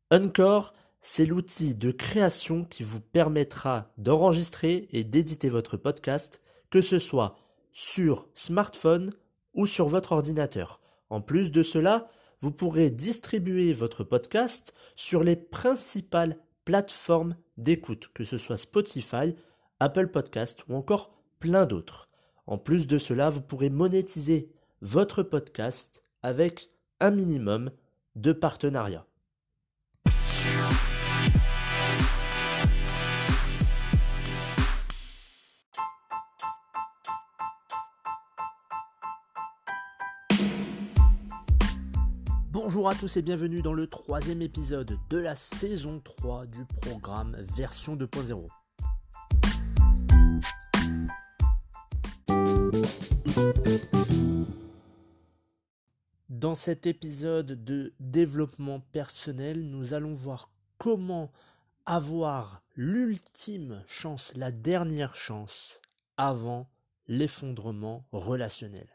Anchor, c'est l'outil de création qui vous permettra d'enregistrer et d'éditer votre podcast, que ce soit sur smartphone ou sur votre ordinateur. En plus de cela, vous pourrez distribuer votre podcast sur les principales plateformes d'écoute, que ce soit Spotify, Apple Podcast ou encore plein d'autres. En plus de cela, vous pourrez monétiser votre podcast avec un minimum de partenariats. Bonjour à tous et bienvenue dans le troisième épisode de la saison 3 du programme Version 2.0. Dans cet épisode de développement personnel, nous allons voir comment avoir l'ultime chance, la dernière chance, avant l'effondrement relationnel.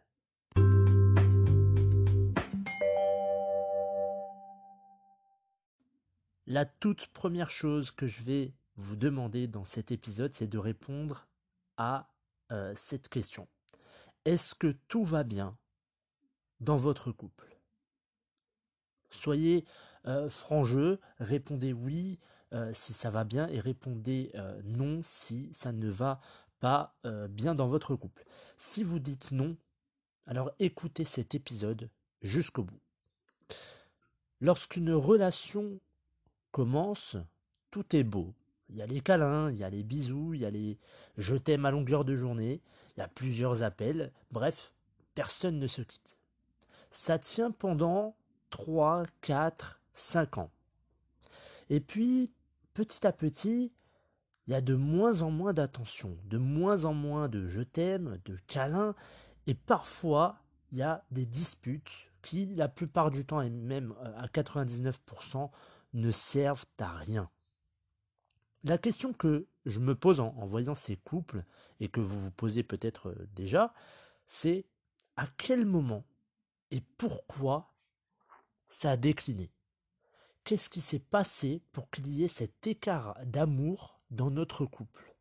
La toute première chose que je vais vous demander dans cet épisode, c'est de répondre à cette question. Est-ce que tout va bien dans votre couple? Soyez franc-jeu, répondez oui si ça va bien et répondez non si ça ne va pas bien dans votre couple. Si vous dites non, alors écoutez cet épisode jusqu'au bout. Lorsqu'une relation commence, tout est beau. Il y a les câlins, il y a les bisous, il y a les je t'aime à longueur de journée, il y a plusieurs appels, bref, personne ne se quitte. Ça tient pendant 3, 4, 5 ans. Et puis, petit à petit, il y a de moins en moins d'attention, de moins en moins de je t'aime, de câlins, et parfois, il y a des disputes qui, la plupart du temps, et même à 99%, ne servent à rien. La question que je me pose en voyant ces couples, et que vous vous posez peut-être déjà, c'est à quel moment et pourquoi ça a décliné? Qu'est-ce qui s'est passé pour qu'il y ait cet écart d'amour dans notre couple?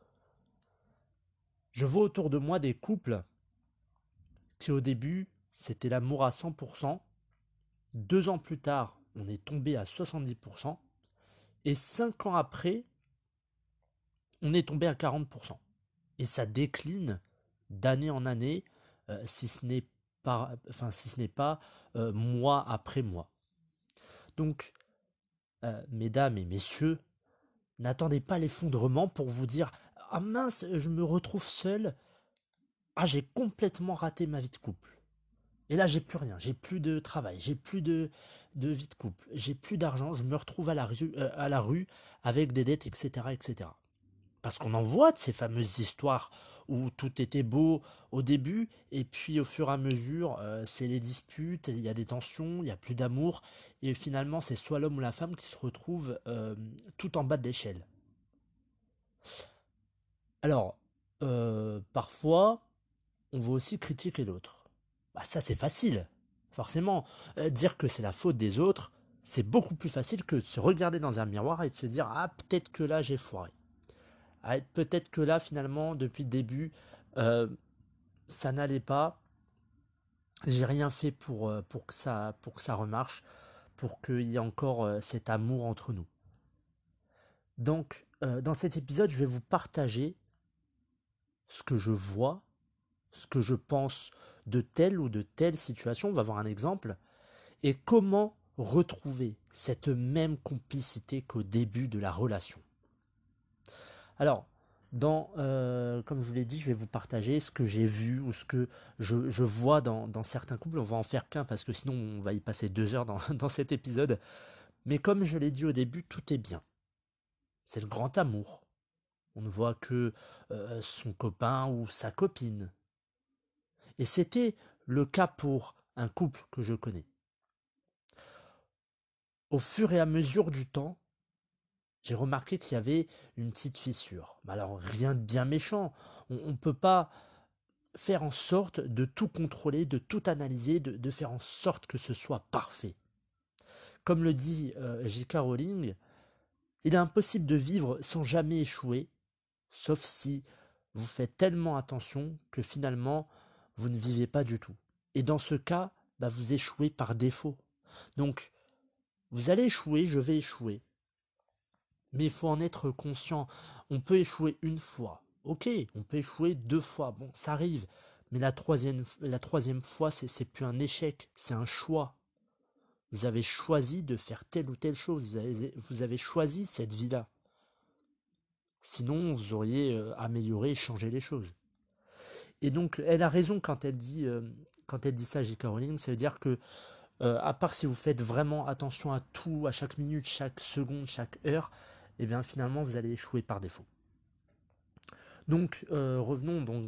Je vois autour de moi des couples qui au début, c'était l'amour à 100%, 2 ans plus tard, on est tombé à 70%, et 5 ans après, on est tombé à 40%. Et ça décline d'année en année, si ce n'est pas mois après mois. Donc, mesdames et messieurs, n'attendez pas l'effondrement pour vous dire ah mince, je me retrouve seul, ah j'ai complètement raté ma vie de couple. Et là j'ai plus rien, j'ai plus de travail, j'ai plus de vie de couple, j'ai plus d'argent, je me retrouve à la rue avec des dettes, etc., etc. Parce qu'on en voit de ces fameuses histoires où tout était beau au début, et puis au fur et à mesure, c'est les disputes, il y a des tensions, il n'y a plus d'amour, et finalement c'est soit l'homme ou la femme qui se retrouve tout en bas de l'échelle. Alors, parfois, on va aussi critiquer l'autre. Bah ça c'est facile, forcément. Dire que c'est la faute des autres, c'est beaucoup plus facile que de se regarder dans un miroir et de se dire ah peut-être que là j'ai foiré. Ah, peut-être que là, finalement, depuis le début, euh, ça n'allait pas. J'ai rien fait pour que ça remarche, pour qu'il y ait encore cet amour entre nous. Donc, dans cet épisode, je vais vous partager ce que je vois, ce que je pense de telle ou de telle situation. On va voir un exemple. Et comment retrouver cette même complicité qu'au début de la relation. Alors, comme je vous l'ai dit, je vais vous partager ce que j'ai vu ou ce que je vois dans certains couples. On va en faire qu'un parce que sinon on va y passer 2 heures dans cet épisode. Mais comme je l'ai dit au début, tout est bien. C'est le grand amour. On ne voit que son copain ou sa copine. Et c'était le cas pour un couple que je connais. Au fur et à mesure du temps, j'ai remarqué qu'il y avait une petite fissure. Mais alors rien de bien méchant. On ne peut pas faire en sorte de tout contrôler, de tout analyser, de faire en sorte que ce soit parfait. Comme le dit J.K. Rowling, il est impossible de vivre sans jamais échouer, sauf si vous faites tellement attention que finalement, vous ne vivez pas du tout. Et dans ce cas, bah, vous échouez par défaut. Donc, vous allez échouer, je vais échouer. Mais il faut en être conscient. On peut échouer une fois. Ok, on peut échouer 2 fois. Bon, ça arrive. Mais la troisième fois, c'est plus un échec, c'est un choix. Vous avez choisi de faire telle ou telle chose. Vous avez choisi cette vie-là. Sinon, vous auriez amélioré et changé les choses. Et donc, elle a raison quand elle dit ça, J.K. Rowling. Ça veut dire que, à part si vous faites vraiment attention à tout, à chaque minute, chaque seconde, chaque heure, eh bien finalement, vous allez échouer par défaut. Donc, revenons donc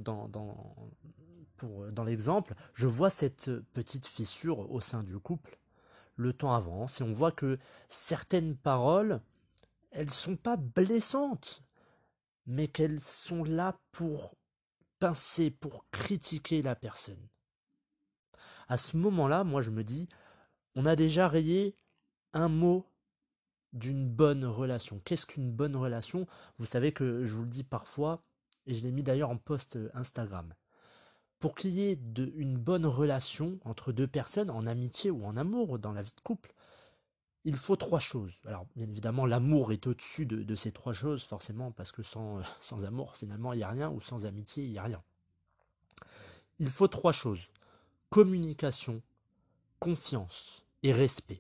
dans l'exemple. Je vois cette petite fissure au sein du couple. Le temps avance et on voit que certaines paroles, elles sont pas blessantes, mais qu'elles sont là pour pincer, pour critiquer la personne. À ce moment-là, moi je me dis, on a déjà rayé un mot d'une bonne relation. Qu'est-ce qu'une bonne relation? Vous savez que je vous le dis parfois, et je l'ai mis d'ailleurs en post Instagram. Pour qu'il y ait une bonne relation entre deux personnes, en amitié ou en amour, dans la vie de couple, il faut 3 choses. Alors, bien évidemment, l'amour est au-dessus de ces 3 choses, forcément, parce que sans amour, finalement, il n'y a rien, ou sans amitié, il n'y a rien. Il faut 3 choses. Communication, confiance et respect.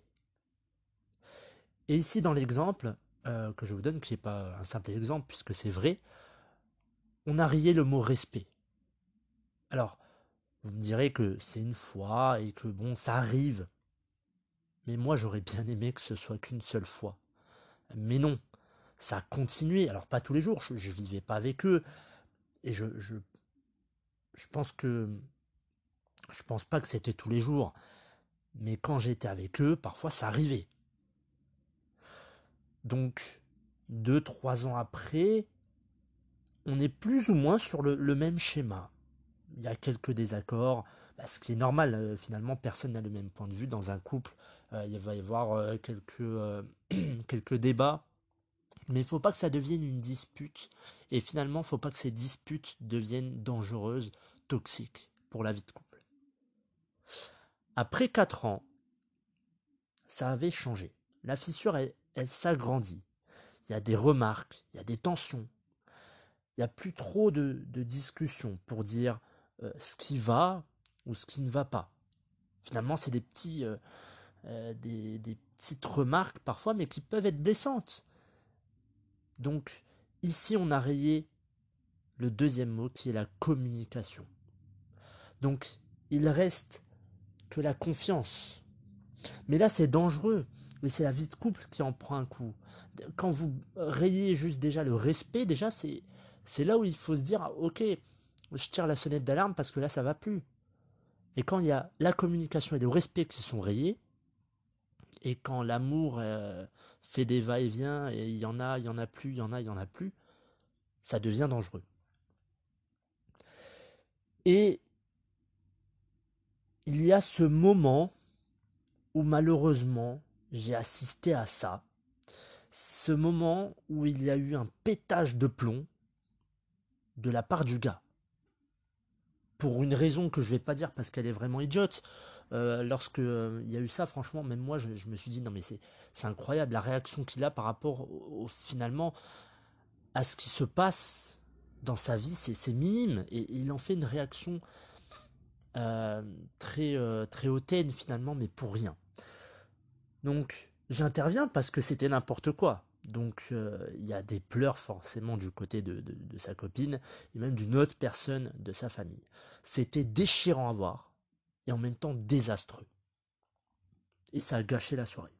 Et ici, dans l'exemple que je vous donne, qui n'est pas un simple exemple, puisque c'est vrai, on a rayé le mot respect. Alors, vous me direz que c'est une fois, et que bon, ça arrive. Mais moi, j'aurais bien aimé que ce soit qu'une seule fois. Mais non, ça a continué. Alors, pas tous les jours, je vivais pas avec eux. Et je pense que je pense pas que c'était tous les jours, mais quand j'étais avec eux, parfois ça arrivait. Donc 2, 3 ans après, on est plus ou moins sur le même schéma. Il y a quelques désaccords, ce qui est normal. Finalement, personne n'a le même point de vue dans un couple. Il va y avoir quelques débats, mais il ne faut pas que ça devienne une dispute. Et finalement, il ne faut pas que ces disputes deviennent dangereuses, toxiques pour la vie de couple. Après 4 ans, ça avait changé. La fissure, elle s'agrandit. Il y a des remarques, il y a des tensions. Il n'y a plus trop de discussions pour dire ce qui va ou ce qui ne va pas. Finalement, c'est des petites remarques parfois, mais qui peuvent être blessantes. Donc, ici, on a rayé le deuxième mot qui est la communication. Donc, il reste que la confiance. Mais là, c'est dangereux. Mais c'est la vie de couple qui en prend un coup. Quand vous rayez juste déjà le respect, déjà, c'est là où il faut se dire, ok, je tire la sonnette d'alarme parce que là, ça va plus. Et quand il y a la communication et le respect qui sont rayés, et quand l'amour fait des va-et-vient, et il y en a plus, il y en a plus, ça devient dangereux. Et il y a ce moment où malheureusement, j'ai assisté à ça. Ce moment où il y a eu un pétage de plomb de la part du gars. Pour une raison que je vais pas dire parce qu'elle est vraiment idiote. Lorsque il y a eu ça, franchement, même moi, je me suis dit, non mais c'est incroyable la réaction qu'il a par rapport finalement à ce qui se passe dans sa vie, c'est minime. Et il en fait une réaction euh, très hautaine finalement, mais pour rien. Donc j'interviens parce que c'était n'importe quoi. Donc il y a des pleurs forcément du côté de sa copine et même d'une autre personne de sa famille. C'était déchirant à voir et en même temps désastreux. Et ça a gâché la soirée.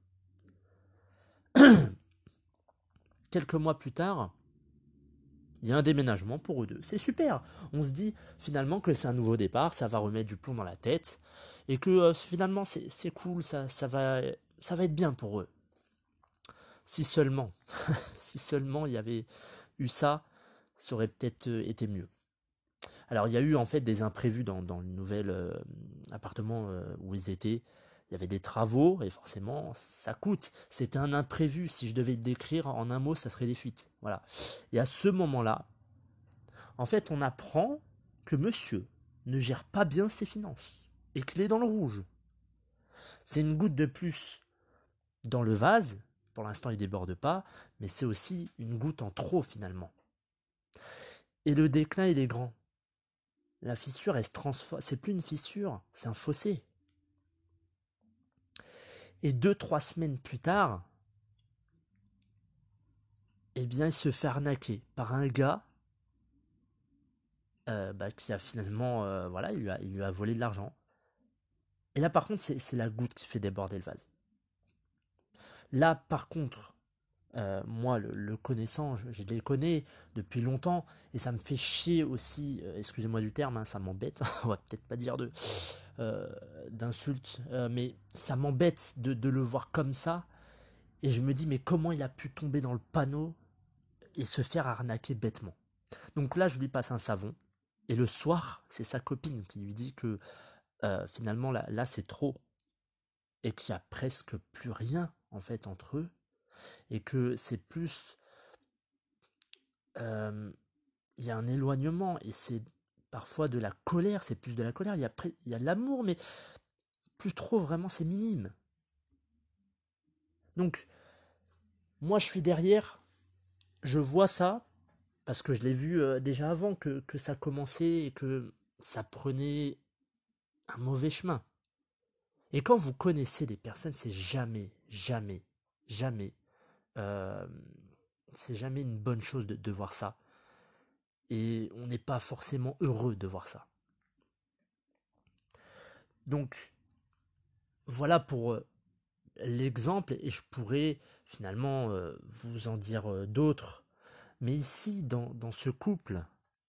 Quelques mois plus tard, il y a un déménagement pour eux deux. C'est super. On se dit finalement que c'est un nouveau départ, ça va remettre du plomb dans la tête et que finalement c'est cool, ça va être bien pour eux. Si seulement, si seulement il y avait eu ça, ça aurait peut-être été mieux. Alors il y a eu en fait des imprévus dans le nouvel appartement où ils étaient. Il y avait des travaux, et forcément, ça coûte. C'était un imprévu. Si je devais le décrire en un mot, ça serait des fuites. Voilà. Et à ce moment-là, en fait, on apprend que monsieur ne gère pas bien ses finances et qu'il est dans le rouge. C'est une goutte de plus dans le vase. Pour l'instant, il déborde pas, mais c'est aussi une goutte en trop finalement. Et le déclin, il est grand. La fissure, elle se transforme. C'est plus une fissure, c'est un fossé. Et 2, 3 semaines plus tard, eh bien, il se fait arnaquer par un gars qui a finalement, voilà, il lui a volé de l'argent. Et là, par contre, c'est la goutte qui fait déborder le vase. Là, par contre, moi, le connaissant, je les connais depuis longtemps, et ça me fait chier aussi, excusez-moi du terme, hein, ça m'embête, on va peut-être pas dire euh, d'insultes, mais ça m'embête de le voir comme ça, et je me dis, mais comment il a pu tomber dans le panneau et se faire arnaquer bêtement. Donc là, je lui passe un savon, et le soir, c'est sa copine qui lui dit que finalement, là c'est trop, et qu'il y a presque plus rien, en fait, entre eux, et que c'est plus... euh, il y a un éloignement et c'est parfois de la colère, c'est plus de la colère, il y a de l'amour, mais plus trop vraiment, c'est minime. Donc, moi je suis derrière, je vois ça, parce que je l'ai vu déjà avant que ça commençait et que ça prenait un mauvais chemin. Et quand vous connaissez des personnes, c'est jamais, jamais, jamais, euh, c'est jamais une bonne chose de voir ça. Et on n'est pas forcément heureux de voir ça. Donc, voilà pour l'exemple, et je pourrais finalement vous en dire d'autres. Mais ici, dans ce couple,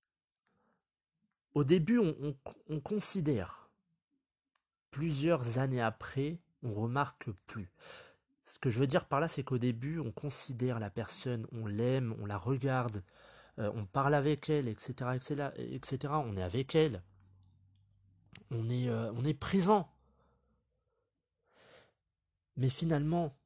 au début, on considère. Plusieurs années après, on remarque plus. Ce que je veux dire par là, c'est qu'au début, on considère la personne, on l'aime, on la regarde, on parle avec elle, etc., etc., etc. On est avec elle, on est présent. Mais finalement,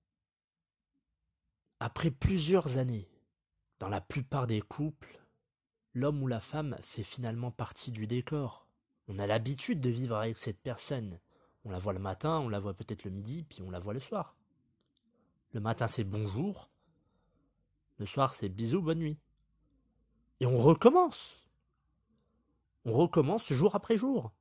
après plusieurs années, dans la plupart des couples, l'homme ou la femme fait finalement partie du décor. On a l'habitude de vivre avec cette personne. On la voit le matin, on la voit peut-être le midi, puis on la voit le soir. Le matin c'est bonjour, le soir c'est bisous, bonne nuit. Et on recommence. On recommence jour après jour.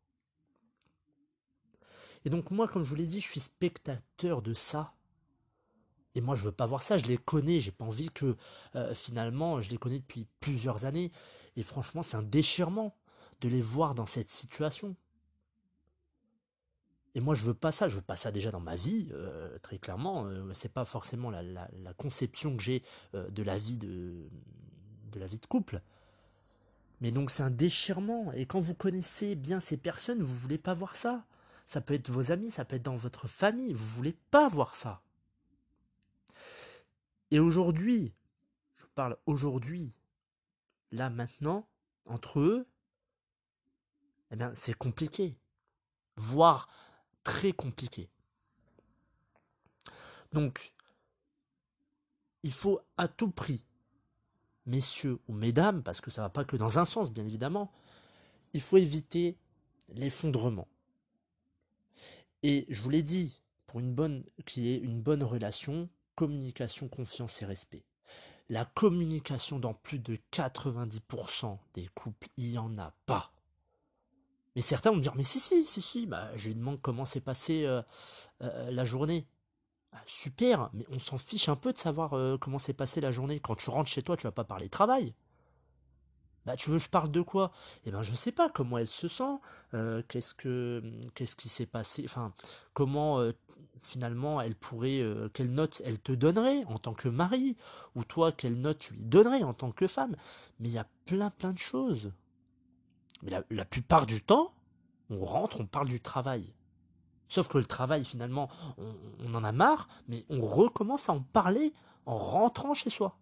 Et donc moi, comme je vous l'ai dit, je suis spectateur de ça. Et moi, je veux pas voir ça, je les connais, j'ai pas envie que finalement, je les connais depuis plusieurs années. Et franchement, c'est un déchirement de les voir dans cette situation. Et moi, je veux pas ça déjà dans ma vie, très clairement. C'est pas forcément la conception que j'ai de la vie de couple. Mais donc c'est un déchirement. Et quand vous connaissez bien ces personnes, vous voulez pas voir ça. Ça peut être vos amis, ça peut être dans votre famille. Vous voulez pas voir ça. Et aujourd'hui, je vous parle aujourd'hui, là maintenant, entre eux, eh bien c'est compliqué, voire très compliqué. Donc il faut à tout prix, messieurs ou mesdames, parce que ça va pas que dans un sens, bien évidemment, il faut éviter l'effondrement. Et je vous l'ai dit, pour qu'il y ait une bonne relation, communication, confiance et respect. La communication dans plus de 90% des couples, il n'y en a pas. Mais certains vont me dire, mais si, bah, je lui demande comment s'est passée la journée. Ah, super, mais on s'en fiche un peu de savoir comment s'est passée la journée. Quand tu rentres chez toi, tu vas pas parler travail. Bah, tu veux que je parle de quoi? Eh ben, je sais pas comment elle se sent, qu'est-ce qui s'est passé, enfin, comment finalement elle pourrait, quelle note elle te donnerait en tant que mari, ou toi, quelle note tu lui donnerais en tant que femme. Mais il y a plein de choses. Mais la plupart du temps, on rentre, on parle du travail. Sauf que le travail, finalement, on en a marre, mais on recommence à en parler en rentrant chez soi.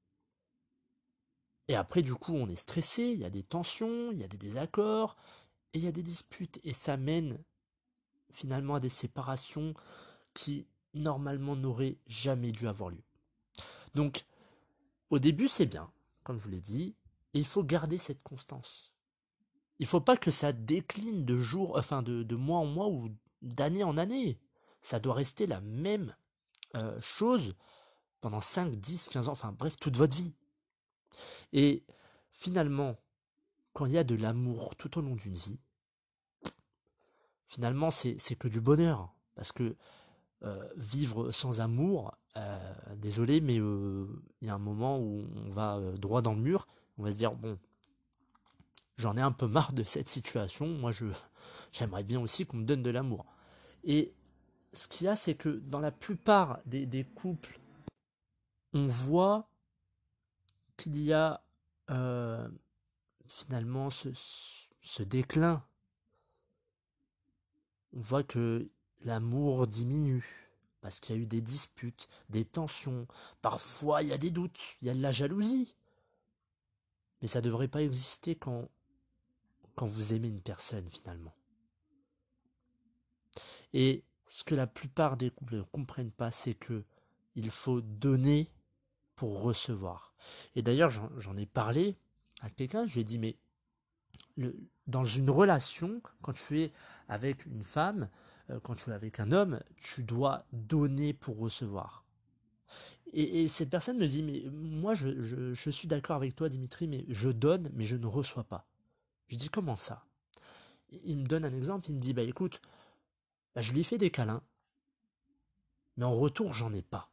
Et après, du coup, on est stressé, il y a des tensions, il y a des désaccords, et il y a des disputes. Et ça mène finalement à des séparations qui normalement n'auraient jamais dû avoir lieu. Donc au début c'est bien, comme je vous l'ai dit, et il faut garder cette constance. Il faut pas que ça décline de jour, enfin de mois en mois ou d'année en année. Ça doit rester la même chose pendant 5, 10, 15 ans, enfin bref, toute votre vie. Et finalement, quand il y a de l'amour tout au long d'une vie, finalement c'est que du bonheur. Parce que vivre sans amour, désolé, mais il y a un moment où on va droit dans le mur, on va se dire, bon, j'en ai un peu marre de cette situation, moi j'aimerais bien aussi qu'on me donne de l'amour. Et ce qu'il y a, c'est que dans la plupart des couples, on voit qu'il y a euh, finalement ce déclin. On voit que l'amour diminue parce qu'il y a eu des disputes, des tensions. Parfois, il y a des doutes, il y a de la jalousie. Mais ça ne devrait pas exister quand vous aimez une personne finalement. Et ce que la plupart des couples ne comprennent pas, c'est que il faut donner pour recevoir. Et d'ailleurs, j'en ai parlé à quelqu'un, je lui ai dit, mais dans une relation, quand tu es avec une femme, quand tu es avec un homme, tu dois donner pour recevoir. Et cette personne me dit, mais moi je suis d'accord avec toi Dimitri, mais je donne, mais je ne reçois pas. Je dis, comment ça? Il me donne un exemple, il me dit, bah écoute, bah, je lui ai fait des câlins, mais en retour j'en ai pas.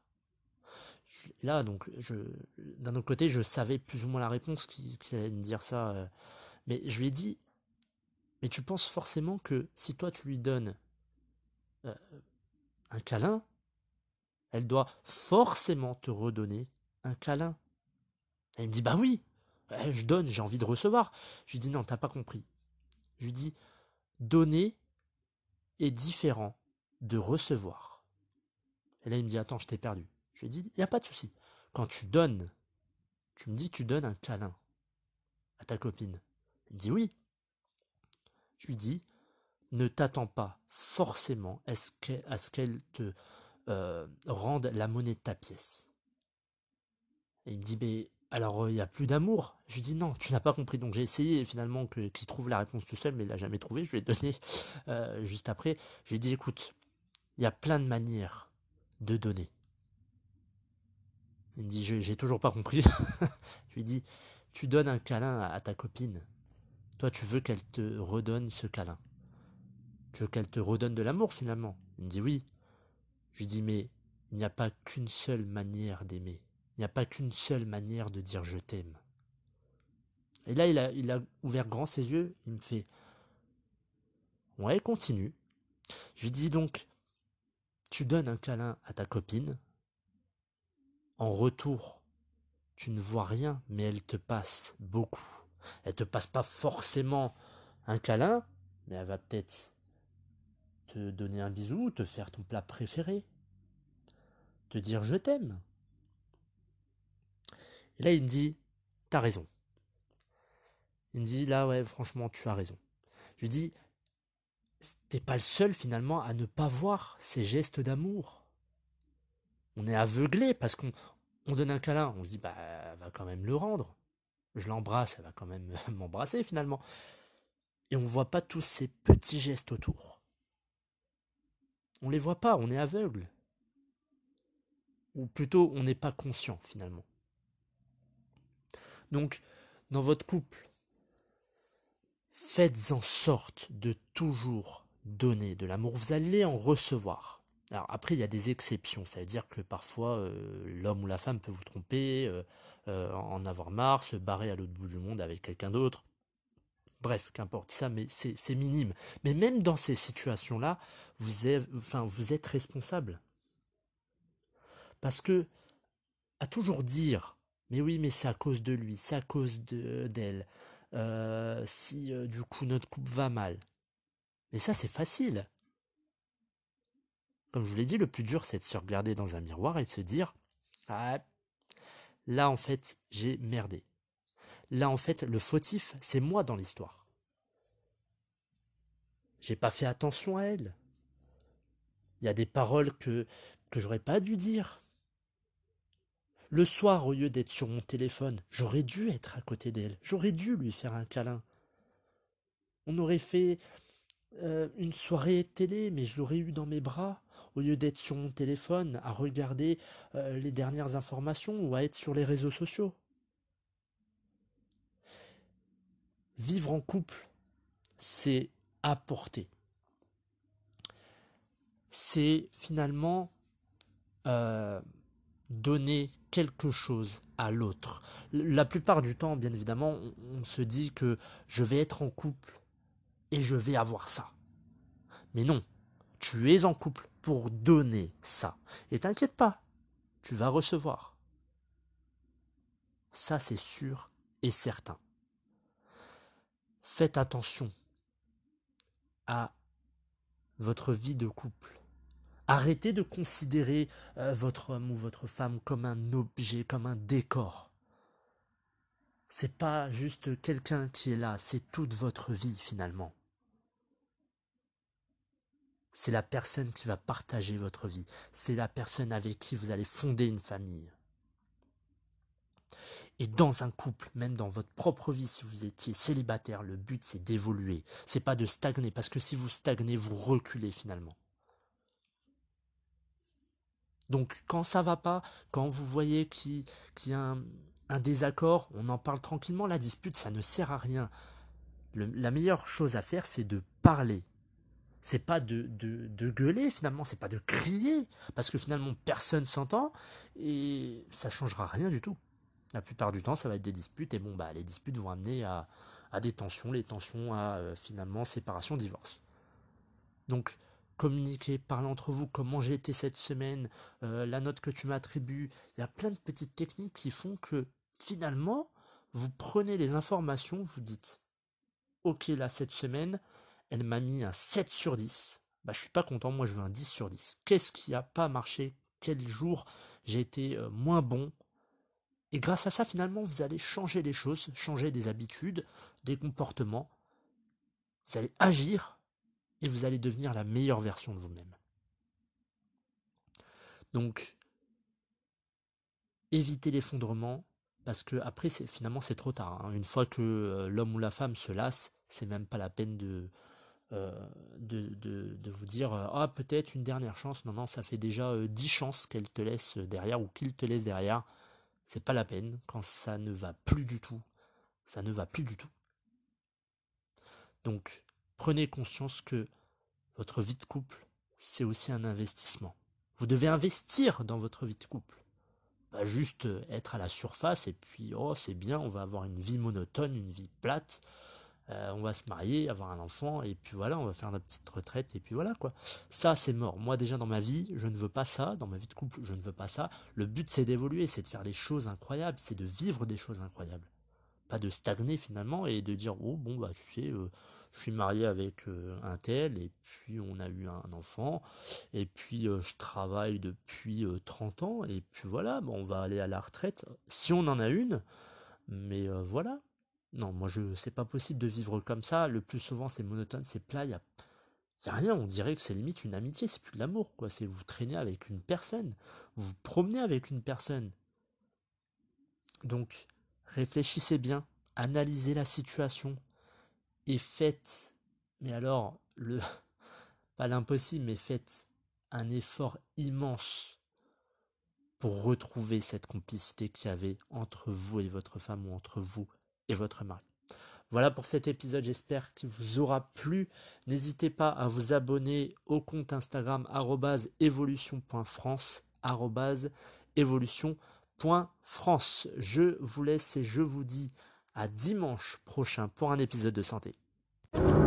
Là, donc, d'un autre côté, je savais plus ou moins la réponse qu'il allait me dire ça, mais je lui ai dit, mais tu penses forcément que si toi tu lui donnes euh, un câlin, elle doit forcément te redonner un câlin. Elle me dit, bah oui, je donne, j'ai envie de recevoir. Je lui dis, non, t'as pas compris. Je lui dis, donner est différent de recevoir. Et là, il me dit, attends, je t'ai perdu. Je lui dis, il n'y a pas de souci. Quand tu donnes, tu me dis, tu donnes un câlin à ta copine. Il me dit, oui. Je lui dis, ne t'attends pas forcément à ce qu'elle te rende la monnaie de ta pièce. Et il me dit, mais alors il n'y a plus d'amour. Je lui dis, non, tu n'as pas compris. Donc j'ai essayé finalement qu'il trouve la réponse tout seul, mais il l'a jamais trouvé. Je lui ai donné juste après. Je lui ai dit, écoute, il y a plein de manières de donner. Il me dit, j'ai toujours pas compris. Je lui dis, tu donnes un câlin à ta copine. Toi, tu veux qu'elle te redonne ce câlin. Tu veux qu'elle te redonne de l'amour finalement. Il me dit oui. Je lui dis, mais il n'y a pas qu'une seule manière d'aimer. Il n'y a pas qu'une seule manière de dire je t'aime. Et là, il a ouvert grand ses yeux. Il me fait, ouais, continue. Je lui dis donc, tu donnes un câlin à ta copine. En retour, tu ne vois rien, mais elle te passe beaucoup. Elle te passe pas forcément un câlin, mais elle va peut-être te donner un bisou, te faire ton plat préféré, te dire je t'aime. Et là, il me dit, t'as raison. Il me dit, là, ouais, franchement, tu as raison. Je lui dis, t'es pas le seul finalement à ne pas voir ces gestes d'amour. On est aveuglé parce qu'on donne un câlin, on se dit, bah, elle va quand même le rendre. Je l'embrasse, elle va quand même m'embrasser finalement. Et on voit pas tous ces petits gestes autour. On les voit pas, on est aveugle. Ou plutôt, on n'est pas conscient finalement. Donc, dans votre couple, faites en sorte de toujours donner de l'amour. Vous allez en recevoir. Alors après, il y a des exceptions. Ça veut dire que parfois, l'homme ou la femme peut vous tromper, en avoir marre, se barrer à l'autre bout du monde avec quelqu'un d'autre. Bref, qu'importe ça, mais c'est minime. Mais même dans ces situations-là, vous êtes responsable. Parce que à toujours dire, mais oui, mais c'est à cause de lui, c'est à cause d'elle, si du coup notre couple va mal. Mais ça, c'est facile. Comme je vous l'ai dit, le plus dur, c'est de se regarder dans un miroir et de se dire, ah, là, en fait, j'ai merdé. Là, en fait, le fautif, c'est moi dans l'histoire. J'ai pas fait attention à elle. Il y a des paroles que j'aurais pas dû dire. Le soir, au lieu d'être sur mon téléphone, j'aurais dû être à côté d'elle. J'aurais dû lui faire un câlin. On aurait fait une soirée télé, mais je l'aurais eu dans mes bras, au lieu d'être sur mon téléphone à regarder les dernières informations ou à être sur les réseaux sociaux. Vivre en couple, c'est apporter. C'est finalement euh, donner quelque chose à l'autre. La plupart du temps, bien évidemment, on se dit que je vais être en couple et je vais avoir ça. Mais non, tu es en couple pour donner ça. Et t'inquiète pas, tu vas recevoir. Ça, c'est sûr et certain. Faites attention à votre vie de couple. Arrêtez de considérer votre homme ou votre femme comme un objet, comme un décor. C'est pas juste quelqu'un qui est là, c'est toute votre vie finalement. C'est la personne qui va partager votre vie. C'est la personne avec qui vous allez fonder une famille. Et dans un couple, même dans votre propre vie, si vous étiez célibataire, le but c'est d'évoluer. C'est pas de stagner, parce que si vous stagnez, vous reculez finalement. Donc quand ça va pas, quand vous voyez qu'il y a un désaccord, on en parle tranquillement, la dispute ça ne sert à rien. La meilleure chose à faire c'est de parler. C'est pas de gueuler finalement, c'est pas de crier, parce que finalement personne s'entend et ça changera rien du tout. La plupart du temps ça va être des disputes et bon bah les disputes vont amener à des tensions, les tensions à finalement séparation, divorce. Donc communiquez, parlez entre vous, comment j'ai été cette semaine, la note que tu m'attribues, il y a plein de petites techniques qui font que finalement vous prenez les informations, vous dites ok là cette semaine, elle m'a mis un 7 sur 10. Bah je suis pas content, moi je veux un 10 sur 10. Qu'est-ce qui a pas marché? Quel jour j'ai été moins bon? Et grâce à ça finalement vous allez changer les choses, changer des habitudes, des comportements. Vous allez agir et vous allez devenir la meilleure version de vous-même. Donc évitez l'effondrement parce que après finalement c'est trop tard. Hein. Une fois que l'homme ou la femme se lasse, c'est même pas la peine de vous dire ah peut-être une dernière chance. Non, non, ça fait déjà 10 chances qu'elle te laisse derrière ou qu'il te laisse derrière. C'est pas la peine quand ça ne va plus du tout. Ça ne va plus du tout. Donc prenez conscience que votre vie de couple, c'est aussi un investissement. Vous devez investir dans votre vie de couple. Pas juste être à la surface et puis oh c'est bien, on va avoir une vie monotone, une vie plate. On va se marier, avoir un enfant, et puis voilà, on va faire notre petite retraite, et puis voilà quoi. Ça, c'est mort. Moi, déjà dans ma vie, je ne veux pas ça. Dans ma vie de couple, je ne veux pas ça. Le but, c'est d'évoluer, c'est de faire des choses incroyables, c'est de vivre des choses incroyables. Pas de stagner finalement et de dire, oh bon, bah tu sais, je suis marié avec un tel, et puis on a eu un enfant, et puis je travaille depuis 30 ans, et puis voilà, bon, on va aller à la retraite, si on en a une, mais voilà. Non, moi c'est pas possible de vivre comme ça. Le plus souvent c'est monotone, c'est plat, y a rien. On dirait que c'est limite une amitié, c'est plus de l'amour, quoi. C'est vous traînez avec une personne, vous vous promenez avec une personne. Donc réfléchissez bien, analysez la situation et faites, mais alors le pas l'impossible, mais faites un effort immense pour retrouver cette complicité qu'il y avait entre vous et votre femme ou entre vous et votre mari. Voilà pour cet épisode, j'espère qu'il vous aura plu. N'hésitez pas à vous abonner au compte Instagram @evolution.france @evolution.france. Je vous laisse et je vous dis à dimanche prochain pour un épisode de santé.